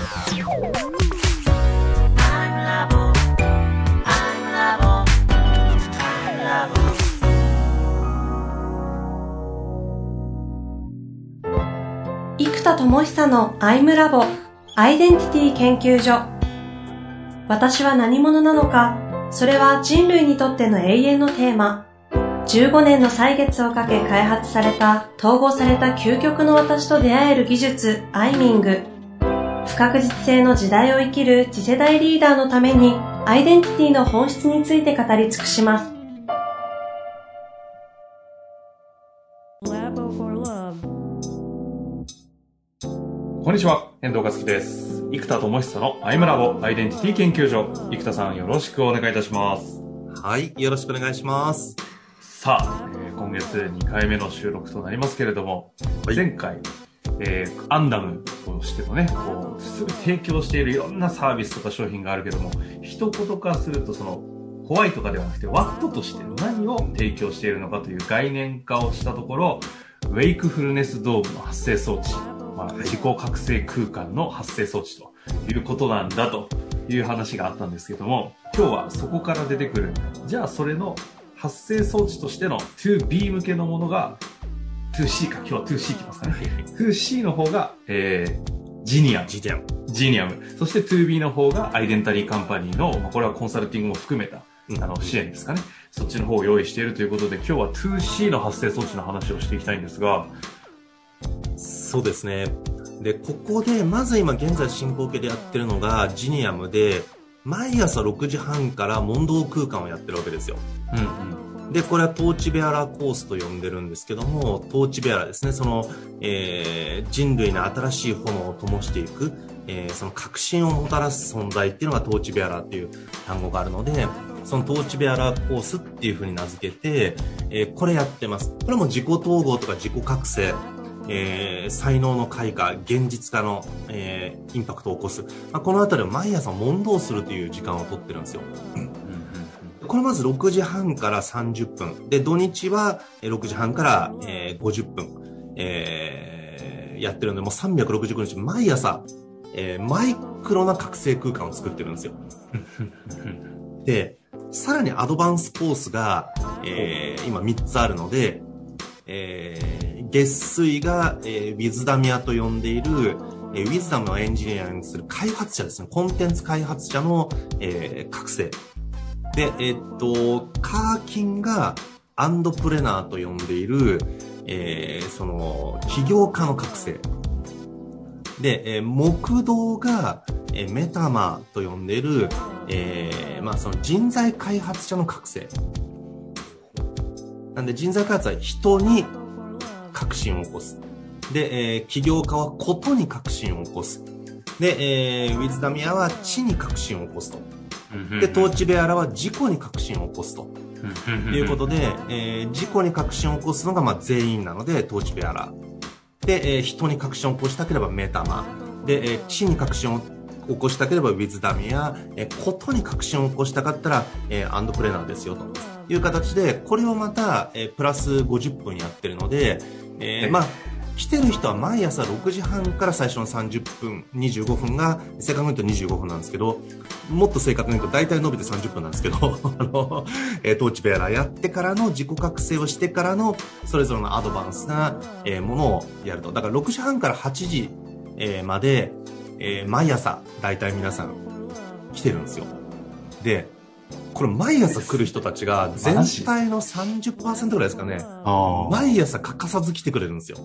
生田智久のアイムラボアイデンティティ研究所。私は何者なのか、それは人類にとっての永遠のテーマ。15年の歳月をかけ開発された統合された究極の私と出会える技術アイミング。不確実性の時代を生きる次世代リーダーのためにアイデンティティの本質について語り尽くします。 こんにちは、遠藤和樹です。生田智久のアイムラボアイデンティティ研究所。生田さん、よろしくお願いいたします。 はい、よろしくお願いします。 さあ、今月2回目の収録となりますけれども、前回、アンダムとしてのね、すぐ提供しているいろんなサービスとか商品があるけども、一言化するとホワイト化ではなくて、ワットとして何を提供しているのかという概念化をしたところ、ウェイクフルネスドームの発生装置、自己覚醒空間の発生装置ということなんだという話があったんですけども、今日はそこから出てくる、じゃあそれの発生装置としての 2B 向けのものが 2C か、今日は 2C いきますかね。2C の方が、ジニアム。そして 2B の方がアイデンタリーカンパニーの、これはコンサルティングも含めた支援ですかね。そっちの方を用意しているということで、今日は 2C の発生装置の話をしていきたいんですが、 そうですね。で、ここで、まず今現在進行形でやってるのが、ジニアムで、毎朝6時半から問答空間をやってるわけですよ。で、これはトーチベアラーコースと呼んでるんですけども、トーチベアラーですね。人類の新しい炎を灯していく、その革新をもたらす存在っていうのがトーチベアラーっていう単語があるので、そのトーチベアラーコースっていう風に名付けて、これやってます。これも自己統合とか自己覚醒、才能の開花、現実化の、インパクトを起こす。このあたりを毎朝問答するという時間をとってるんですよ。これまず6時半から30分。で、土日は6時半から、50分、やってるので、もう365日毎朝、マイクロな覚醒空間を作ってるんですよ。で、さらにアドバンスコースが、今3つあるので、月水が、ウィズダミアと呼んでいる、ウィズダムをエンジニアリングする開発者ですね。コンテンツ開発者の、覚醒。で、カーキンがアンドプレナーと呼んでいる、起業家の覚醒。で、木道が、メタマーと呼んでいる、その人材開発者の覚醒。なんで人材開発は人に革新を起こす。で、起業家はことに革新を起こす。で、ウィズダミアは知に革新を起こすと。で、トーチベアラは自己に革新を起こすと。いうことで、自己に革新を起こすのが全員なので、トーチベアラ。で、人に革新を起こしたければメタマ。で、知に革新を起こしたければウィズダミア、ことに革新を起こしたかったら、アンドプレナーですよという形で、これをまた、プラス50分やってるので、来てる人は毎朝6時半から最初の30分、25分が、正確に言うと25分なんですけど、もっと正確に言うと大体伸びて30分なんですけど、トーチベアラーやってからの自己覚醒をしてからの、それぞれのアドバンスな、ものをやると。だから6時半から8時、まで、毎朝、大体皆さん来てるんですよ。で、これ毎朝来る人たちが全体の 30% ぐらいですかね。毎朝欠かさず来てくれるんですよ。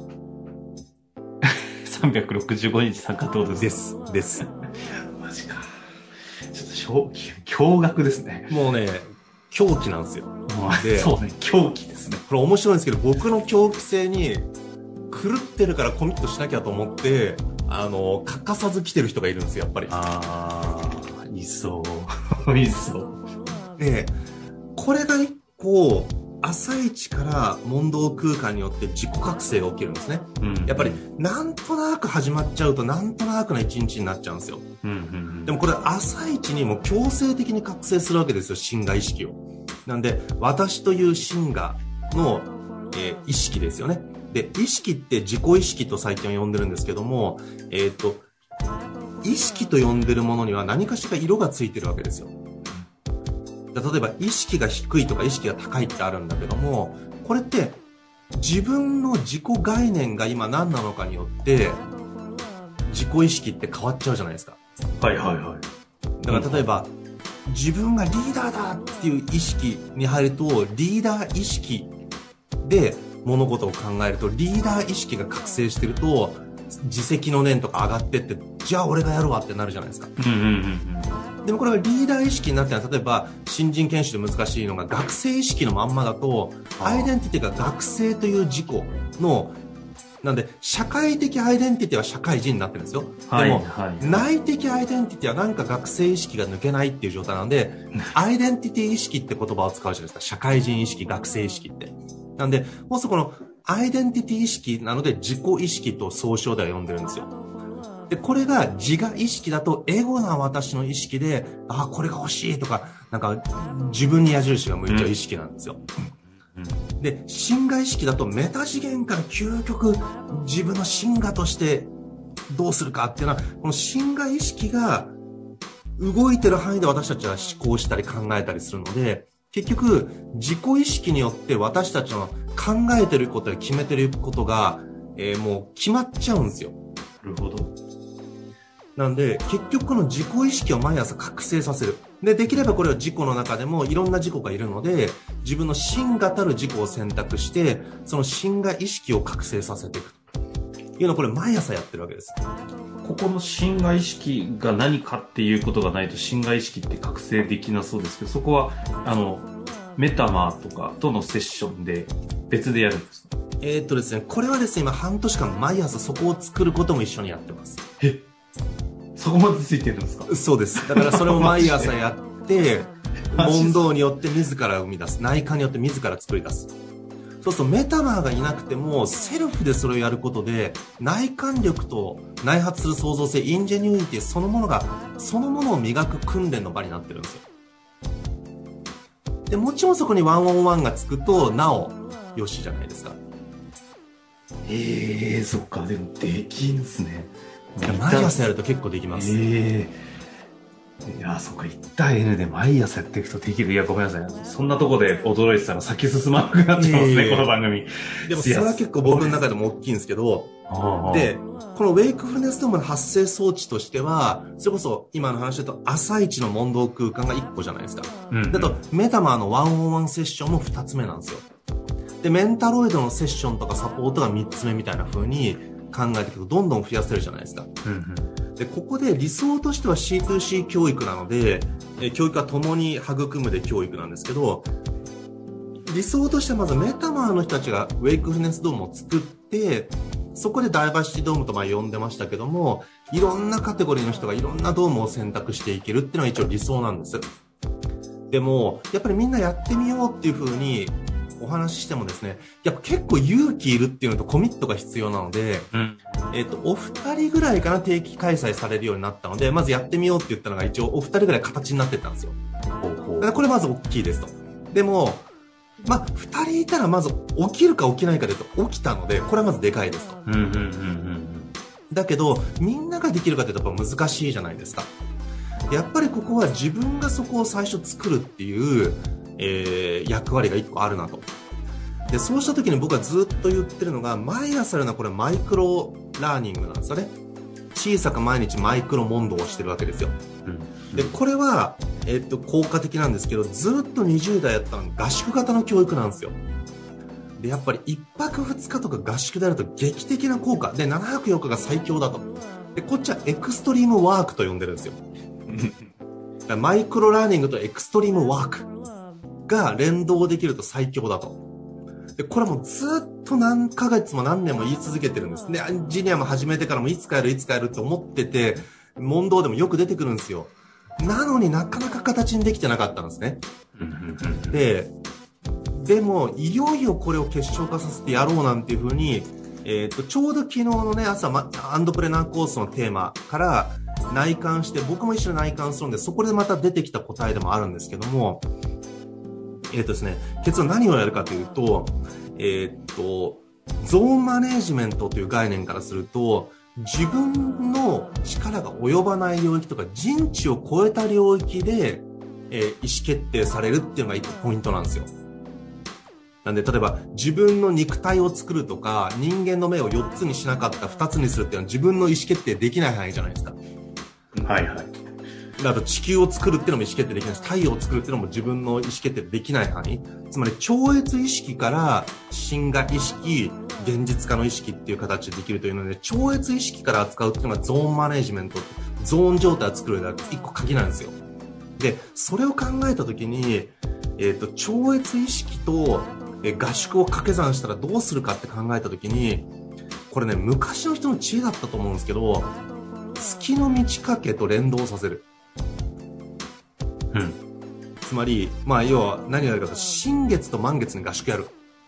365日参加ってことですか？ です。 マジか。ちょっと驚愕ですね。 もうね、狂気なんですよ。 で、そうね、狂気ですね。 これ面白いんですけど、僕の狂気性に狂ってるからコミットしなきゃと思って、欠かさず来てる人がいるんですよ、やっぱり。 いそう。いそう。 で、これが一個、朝一から問答空間によって自己覚醒が起きるんですね。やっぱり、なんとなく始まっちゃうと、なんとなくな一日になっちゃうんですよ。でもこれ、朝一にもう強制的に覚醒するわけですよ、真我意識を。なんで、私という真我の、意識ですよね。で、意識って自己意識と最近は呼んでるんですけども、 意識と呼んでるものには何かしら色がついてるわけですよ。例えば意識が低いとか意識が高いってあるんだけども、これって自分の自己概念が今何なのかによって自己意識って変わっちゃうじゃないですか。 はいはいはい。 だから例えば、自分がリーダーだっていう意識に入ると、リーダー意識で物事を考えると、リーダー意識が覚醒してると自責の念とか上がってって、じゃあ俺がやるわってなるじゃないですか。でもこれがリーダー意識になってのは、例えば新人研修で難しいのが学生意識のまんまだと、アイデンティティが学生という自己のなんで社会的アイデンティティは社会人になってるんですよ。でも、内的アイデンティティはなんか学生意識が抜けないっていう状態なんでアイデンティティ意識って言葉を使うじゃないですか。社会人意識、学生意識って。なんでもうそこのアイデンティティ意識なので自己意識と総称では呼んでるんですよ。でこれが自我意識だとエゴな私の意識で、あこれが欲しいとか、なんか自分に矢印が向いちゃう意識なんですよ。で真我意識だとメタ次元から究極自分の真我としてどうするかっていうのは、この真我意識が動いてる範囲で私たちは思考したり考えたりするので、結局自己意識によって私たちの考えてることや決めてることが、もう決まっちゃうんですよ。 なるほど。 なんで結局この自己意識を毎朝覚醒させる。でできればこれは自己の中でもいろんな自己がいるので、自分の真我たる自己を選択してその真我意識を覚醒させていくというのをこれ毎朝やってるわけです。 ここの真我意識が何かっていうことがないと真我意識って覚醒できなそうですけど、そこはメタマーとかとのセッションで別でやるんですか？ ですね、これはですね今半年間毎朝そこを作ることも一緒にやってます。 そこまでついてるんですか？ そうです。だからそれを毎朝やって問答によって自ら生み出す、内観によって自ら作り出す。そうするとメタマーがいなくてもセルフでそれをやることで内観力と内発する創造性、インジェニュイティそのものを磨く訓練の場になってるんですよ。でもちろんそこにワンオンワンがつくとなおよしじゃないですか。 そっか。でもできんすね。 毎朝やると結構できます。 いや、そっか、1対 N で毎朝やっていくとできる。いや、ごめんなさい。そんなとこで驚いてたら先進まなくなっちゃいますね、この番組。 でもそれは結構僕の中でも大きいんですけど、で、このウェイクフルネスドームの発生装置としては、それこそ今の話だと朝一の問答空間が1個じゃないですか。だと、メタマーのワンオンワンセッションも2つ目なんですよ。で、メンタロイドのセッションとかサポートが3つ目みたいな風に考えていくとどんどん増やせるじゃないですか。でここで理想としては C2C 教育なので、教育は共に育むで教育なんですけど、理想としてはまずメタマーの人たちがウェイクフルネスドームを作って、そこでダイバーシティドームと呼んでましたけども、いろんなカテゴリーの人がいろんなドームを選択していけるっていうのが一応理想なんです。でもやっぱりみんなやってみようっていう風にお話ししてもですね、やっぱ結構勇気いるっていうのとコミットが必要なので、お二人ぐらいかな定期開催されるようになったので、まずやってみようって言ったのが一応お二人ぐらい形になってったんですよ。これまず大きいですと。でも、二人いたらまず起きるか起きないかでと起きたので、これはまずでかいですと。だけど、みんなができるかってやっぱ難しいじゃないですか。やっぱりここは自分がそこを最初作るっていう、役割が一個あるなと。でそうした時に僕はずっと言ってるのが、毎朝のこれマイクロラーニングなんですよね。小さく毎日マイクロ問答をしてるわけですよ。でこれは、効果的なんですけど、ずっと20代やったの合宿型の教育なんですよ。でやっぱり1泊2日とか合宿でやると劇的な効果で、7泊4日が最強だと。でこっちはエクストリームワークと呼んでるんですよ。だからマイクロラーニングとエクストリームワークが連動できると最強だと。でこれもずっと何ヶ月も何年も言い続けてるんです。でジニアも始めてからもいつかやるって思ってて、問答でもよく出てくるんですよ。なのになかなか形にできてなかったんですね。でもいよいよこれを結晶化させてやろうなんていう風に、ちょうど昨日のね朝、アンドプレナーコースのテーマから内観して、僕も一緒に内観するんで、そこでまた出てきた答えでもあるんですけども、ですね、結論何をやるかというと、ゾーンマネージメントという概念からすると、 自分の力が及ばない領域とか人知を超えた領域で、意思決定されるっていうのが一個ポイントなんですよ。なんで例えば自分の肉体を作るとか人間の目を4つにしなかった2つにするっていうのは自分の意思決定できない範囲じゃないですか。 はいはい。 あと地球を作るっていうのも意思決定できないし、太陽を作るっていうのも自分の意思決定できない範囲。つまり超越意識から真我意識、現実化の意識っていう形でできるというので、超越意識から扱うっていうのがゾーンマネジメント、ゾーン状態を作る上では一個鍵なんですよ。で、それを考えたときに、超越意識と合宿を掛け算したらどうするかって考えたときに、これね、昔の人の知恵だったと思うんですけど、月の満ち欠けと連動させる。 うん。 つまり、まあ、要は何をやるかと、新月と満月に合宿やる。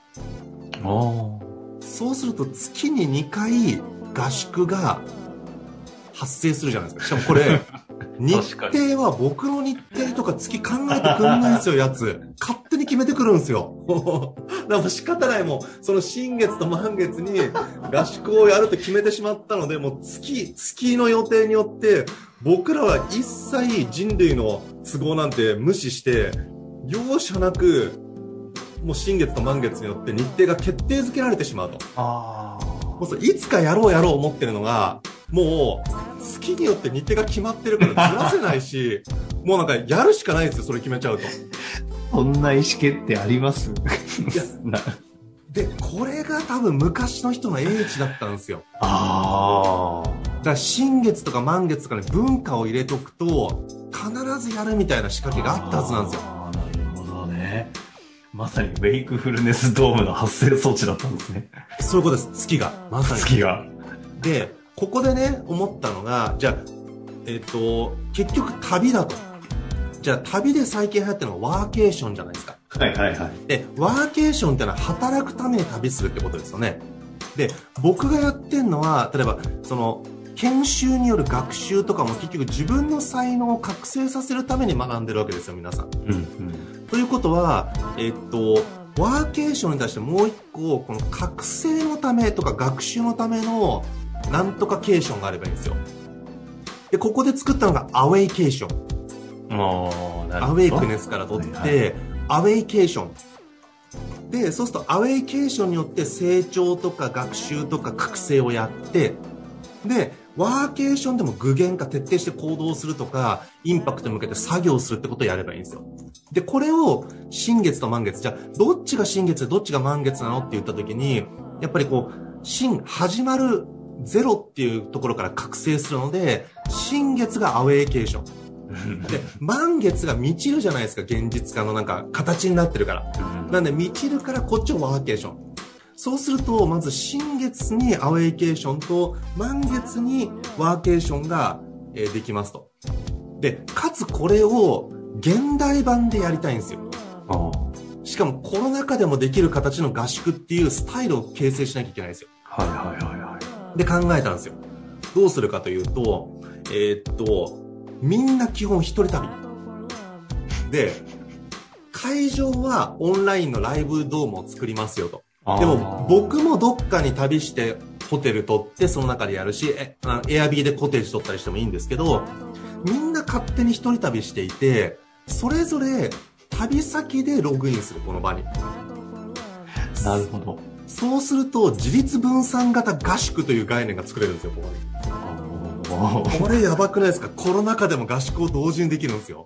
そうすると月に2回合宿が発生するじゃないですか。しかもこれ、日程は僕の日程とか月考えてくんないんですよ、やつ。勝手に決めてくるんですよ。だからもう仕方ない、もう、その新月と満月に合宿をやると決めてしまったので、もう月の予定によって、僕らは一切人類の都合なんて無視して、容赦なく、もう新月と満月によって日程が決定づけられてしまうと。もうそれいつかやろう思ってるのが、もう月によって日程が決まってるからずらせないし、もうなんかやるしかないですよ、それ決めちゃうと。 そんな意思決定あります？いやで、これが多分昔の人の英知だったんですよ。だから新月とか満月とかに文化を入れとくと必ずやるみたいな仕掛けがあったはずなんですよ。 なるほどね。まさにウェイクフルネスドームの発生装置だったんですね。 そういうことです。月が。まさに。 月が。 で、ここでね、思ったのが、じゃあ、結局旅だと。じゃあ旅で最近流行ってるのはワーケーションじゃないですか。 はいはいはい。 で、ワーケーションってのは働くために旅するってことですよね。で、僕がやってるのは、例えば、その、研修による学習とかも結局自分の才能を覚醒させるために学んでるわけですよ、皆さん。 うんうん。 ということは、ワーケーションに対してもう一個、この覚醒のためとか学習のためのなんとかケーションがあればいいんですよ。で、ここで作ったのがアウェイケーション。 なるほど。 アウェイクネスから取って、はいはい、アウェイケーション。で、そうするとアウェイケーションによって成長とか学習とか覚醒をやって、で、ワーケーションでも具現化、徹底して行動するとか、インパクトに向けて作業するってことをやればいいんですよ。で、これを新月と満月、じゃあ、どっちが新月でどっちが満月なのって言った時に、やっぱりこう、始まるゼロっていうところから覚醒するので、新月がアウェイケーション。で、満月が満ちるじゃないですか、現実化のなんか形になってるから。なんで満ちるからこっちをワーケーション。そうすると、まず新月にアウェイケーションと満月にワーケーションができますと。で、かつこれを現代版でやりたいんですよ。しかもコロナ禍でもできる形の合宿っていうスタイルを形成しなきゃいけないんですよ。 はいはいはいはい。 で、考えたんですよ。どうするかというと、みんな基本一人旅。で、会場はオンラインのライブドームを作りますよと。でも僕もどっかに旅してホテル取ってその中でやるし、エアビーでコテージ取ったりしてもいいんですけど、みんな勝手に一人旅していて、それぞれ旅先でログインする、この場に。 なるほど。 そうすると自立分散型合宿という概念が作れるんですよ、ここに。これやばくないですか？コロナ禍でも合宿を同時にできるんですよ。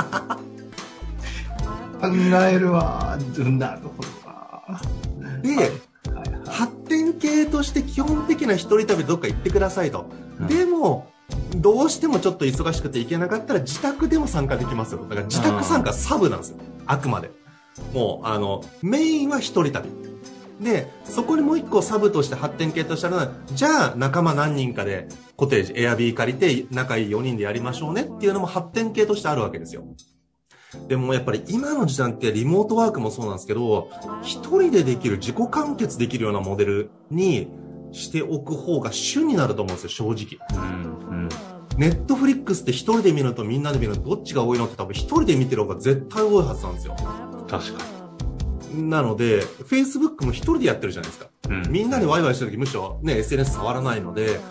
考えるわ。なるほど。 で、発展系として基本的な一人旅どっか行ってくださいと。でも、どうしてもちょっと忙しくて行けなかったら自宅でも参加できますよ。だから自宅参加サブなんですよ。あくまで。もう、メインは一人旅。で、そこにもう一個サブとして発展系としたら、じゃあ仲間何人かでコテージ、エアビー借りて仲いい4人でやりましょうねっていうのも発展系としてあるわけですよ。でもやっぱり今の時代ってリモートワークもそうなんですけど、一人でできる自己完結できるようなモデルにしておく方が主になると思うんですよ、正直。ネットフリックスって一人で見るのとみんなで見るのどっちが多いのって多分一人で見てる方が絶対多いはずなんですよ。 確かに。なので、Facebook も一人でやってるじゃないですか。みんなでワイワイした時むしろね、SNS 触らないので、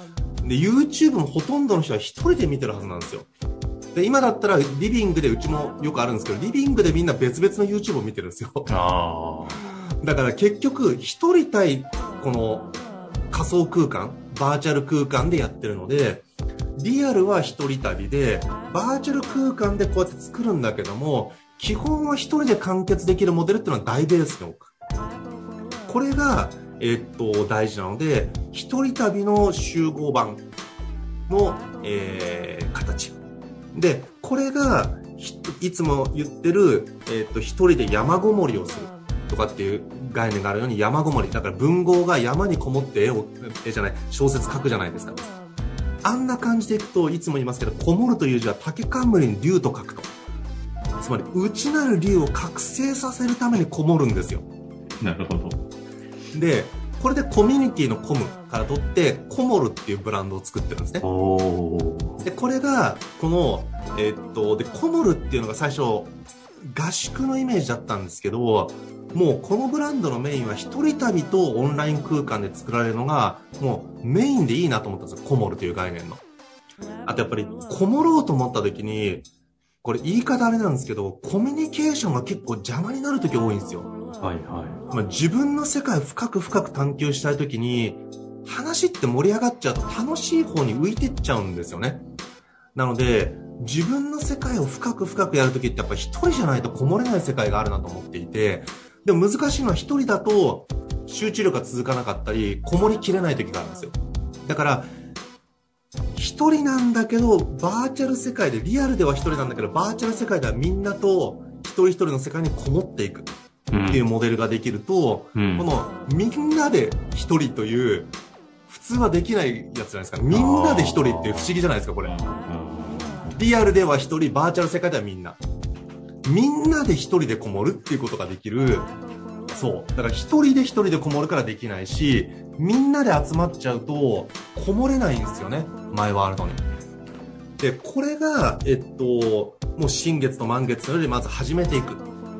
で、YouTube もほとんどの人は一人で見てるはずなんですよ。で、今だったらリビングで、うちもよくあるんですけど、リビングでみんな別々の YouTube を見てるんですよ。だから結局、一人対この仮想空間、バーチャル空間でやってるので、リアルは一人旅で、バーチャル空間でこうやって作るんだけども、基本は一人で完結できるモデルっていうのは大ベースに置く。これが、大事なので、一人旅の集合版の、形。で、これが、いつも言ってる、一人で山ごもりをするとかっていう概念があるように、山ごもり。だから文豪が山にこもって小説書くじゃないですか。あんな感じでいくと、いつも言いますけど、こもるという字は竹冠に竜と書くと。つまり、内なる竜を覚醒させるためにこもるんですよ。 なるほど。で、 これでコミュニティのコムから取って、コモルっていうブランドを作ってるんですね。で、これが、この、で、コモルっていうのが最初、合宿のイメージだったんですけど、もうこのブランドのメインは一人旅とオンライン空間で作られるのが、もうメインでいいなと思ったんですよ。コモルという概念の。あとやっぱり、こもろうと思った時に、これ言い方あれなんですけど、コミュニケーションが結構邪魔になる時多いんですよ。 はいはい。 自分の世界を深く深く探求したい時に、話って盛り上がっちゃうと楽しい方に浮いてっちゃうんですよね。なので、自分の世界を深く深くやる時ってやっぱ一人じゃないとこもれない世界があるなと思っていて、でも難しいのは一人だと集中力が続かなかったり、こもりきれない時があるんですよ。だから、一人なんだけど、バーチャル世界で、リアルでは一人なんだけど、バーチャル世界ではみんなと一人一人の世界にこもっていくっていうモデルができると、このみんなで一人という、普通はできないやつじゃないですか。みんなで一人って不思議じゃないですか、これ。リアルでは一人、バーチャル世界ではみんな。みんなで一人でこもるっていうことができる。そう。だから一人でこもるからできないし、みんなで集まっちゃうと、こもれないんですよね。マイワールドに。で、これが、もう新月と満月のよりまず始めていく。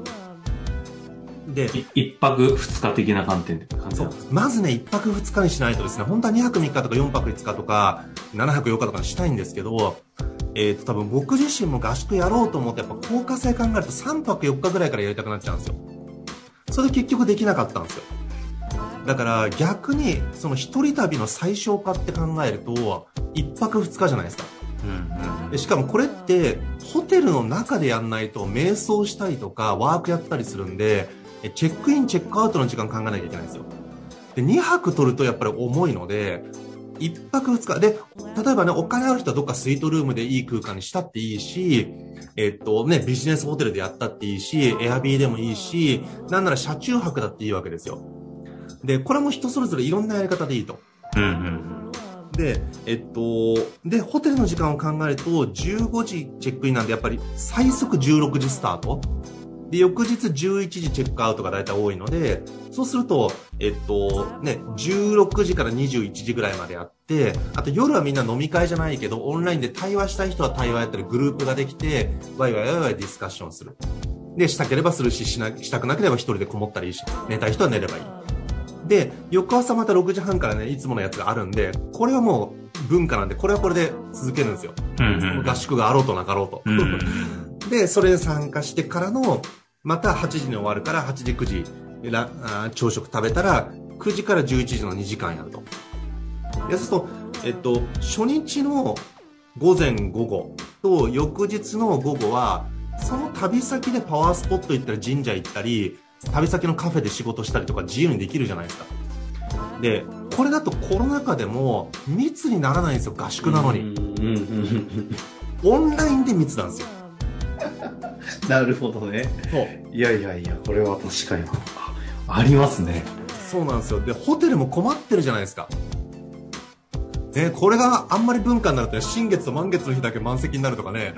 で、 一泊二日的な観点でそう。まずね、一泊二日にしないとですね、本当は2泊3日とか4泊5日とか、7泊4日とかにしたいんですけど、多分僕自身も合宿やろうと思って、やっぱ効果性考えると3泊4日ぐらいからやりたくなっちゃうんですよ。それで結局できなかったんですよ。だから逆に、その一人旅の最小化って考えると、一泊二日じゃないですか。でしかもこれって、ホテルの中でやんないと、瞑想したりとか、ワークやったりするんで、チェックイン、チェックアウトの時間考えなきゃいけないんですよ。で、2泊取るとやっぱり重いので、1泊2日。で、例えばね、お金ある人はどっかスイートルームでいい空間にしたっていいし、ビジネスホテルでやったっていいし、エアビーでもいいし、なんなら車中泊だっていいわけですよ。で、これも人それぞれいろんなやり方でいいと。で、で、ホテルの時間を考えると、15時チェックインなんで、やっぱり最速16時スタート。で、翌日11時チェックアウトが大体多いので、そうすると、16時から21時ぐらいまでやって、あと夜はみんな飲み会じゃないけど、オンラインで対話したい人は対話やったり、グループができて、ワイワイディスカッションする。で、したければするし、したくなければ一人でこもったらいいし、寝たい人は寝ればいい。で、翌朝また6時半からね、いつものやつがあるんで、これはもう文化なんで、これはこれで続けるんですよ。合宿があろうとなかろうと。で、それで参加してからの、また8時に終わるから8時9時朝食食べたら9時から11時の2時間やると。そうすると、初日の午前午後と翌日の午後は、その旅先でパワースポット行ったり神社行ったり、旅先のカフェで仕事したりとか自由にできるじゃないですか。で、これだとコロナ禍でも密にならないんですよ、合宿なのに。オンラインで密なんですよ。 なるほどね。 そう。 いや、これは確かにありますね。 そうなんですよ。で、ホテルも困ってるじゃないですか。ね、これがあんまり文化になるとね、新月と満月の日だけ満席になるとかね。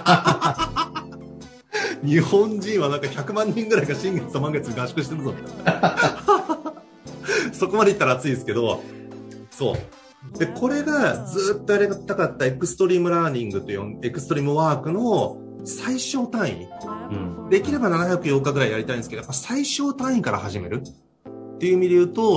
日本人はなんか100万人ぐらいが新月と満月に合宿してるぞ。そこまでいったら熱いですけど、そう。で、これがずっとやりたかったエクストリームラーニングというエクストリームワークの最小単位。できれば704日ぐらいやりたいんですけど、やっぱ最小単位から始めるっていう意味で言うと、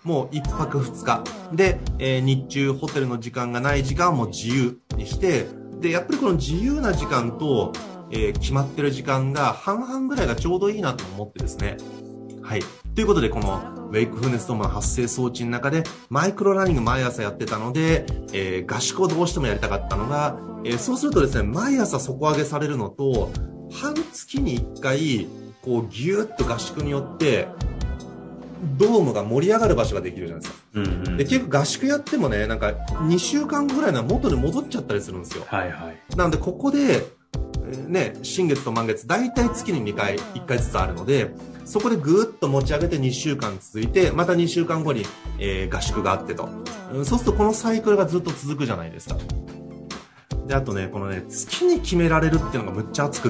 もう一泊二日。で、日中ホテルの時間がない時間はもう自由にして、で、やっぱりこの自由な時間と、決まってる時間が半々ぐらいがちょうどいいなと思ってですね。はい。ということで、このウェイクフルネスドームの発生装置の中でマイクロランニング毎朝やってたので、合宿をどうしてもやりたかったのが、そうするとですね、毎朝底上げされるのと、半月に1回、こうギューッと合宿によって、ドームが盛り上がる場所ができるじゃないですか。うんうん、で、結構合宿やってもね、なんか2週間ぐらいの元に戻っちゃったりするんですよ。はいはい。なので、ここで、ね、新月と満月、だいたい月に2回、1回ずつあるので、そこでぐーっと持ち上げて2週間続いて、また2週間後に、合宿があってと。そうするとこのサイクルがずっと続くじゃないですか。で、あとね、このね、月に決められるっていうのがむっちゃ熱くって、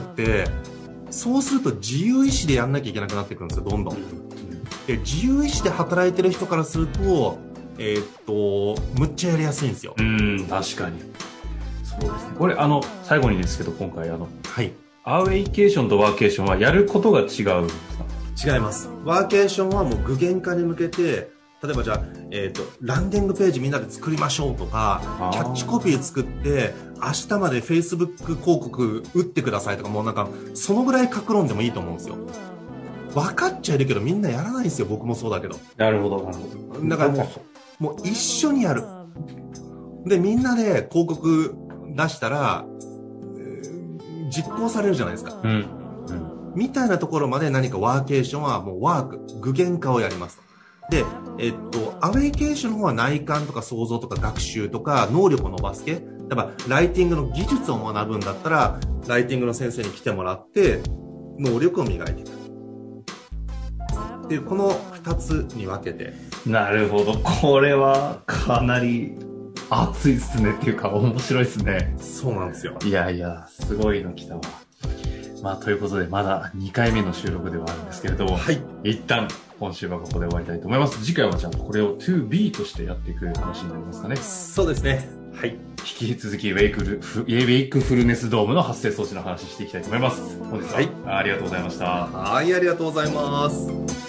そうすると自由意志でやんなきゃいけなくなってくるんですよ、どんどん。で、自由意志で働いてる人からすると、むっちゃやりやすいんですよ。 確かに。そうですね。これ、最後にですけど、今回、はい。アウェイケーションとワーケーションはやることが違うんですか？ 違います。ワーケーションはもう具現化に向けて、例えばじゃあ、ランディングページみんなで作りましょうとか、キャッチコピー作って、明日まで Facebook 広告打ってくださいとか、もうなんか、そのぐらい格論でもいいと思うんですよ。分かっちゃいるけどみんなやらないんですよ。僕もそうだけど。 なるほど、なるほど。 だからもう一緒にやる。で、みんなで広告出したら、実行されるじゃないですか。みたいなところまで何かワーケーションはもうワーク、具現化をやります。で、アウェイケーションの方は内観とか想像とか学習とか能力を伸ばす系。例えば、ライティングの技術を学ぶんだったら、ライティングの先生に来てもらって、能力を磨いていく。で、この2つに分けて。 なるほど。これはかなり熱いですねっていうか面白いですね。 そうなんですよ。 いやいや、すごいの来たわ。まあ、ということで、まだ2回目の収録ではあるんですけれども、はい。一旦、今週はここで終わりたいと思います。次回はじゃあ、これを 2B としてやっていく話になりますかね。 そうですね。はい。 引き続きウェイクフルネスドームの発生装置の話していきたいと思います。本日は、はい、ありがとうございました。 はい、ありがとうございます。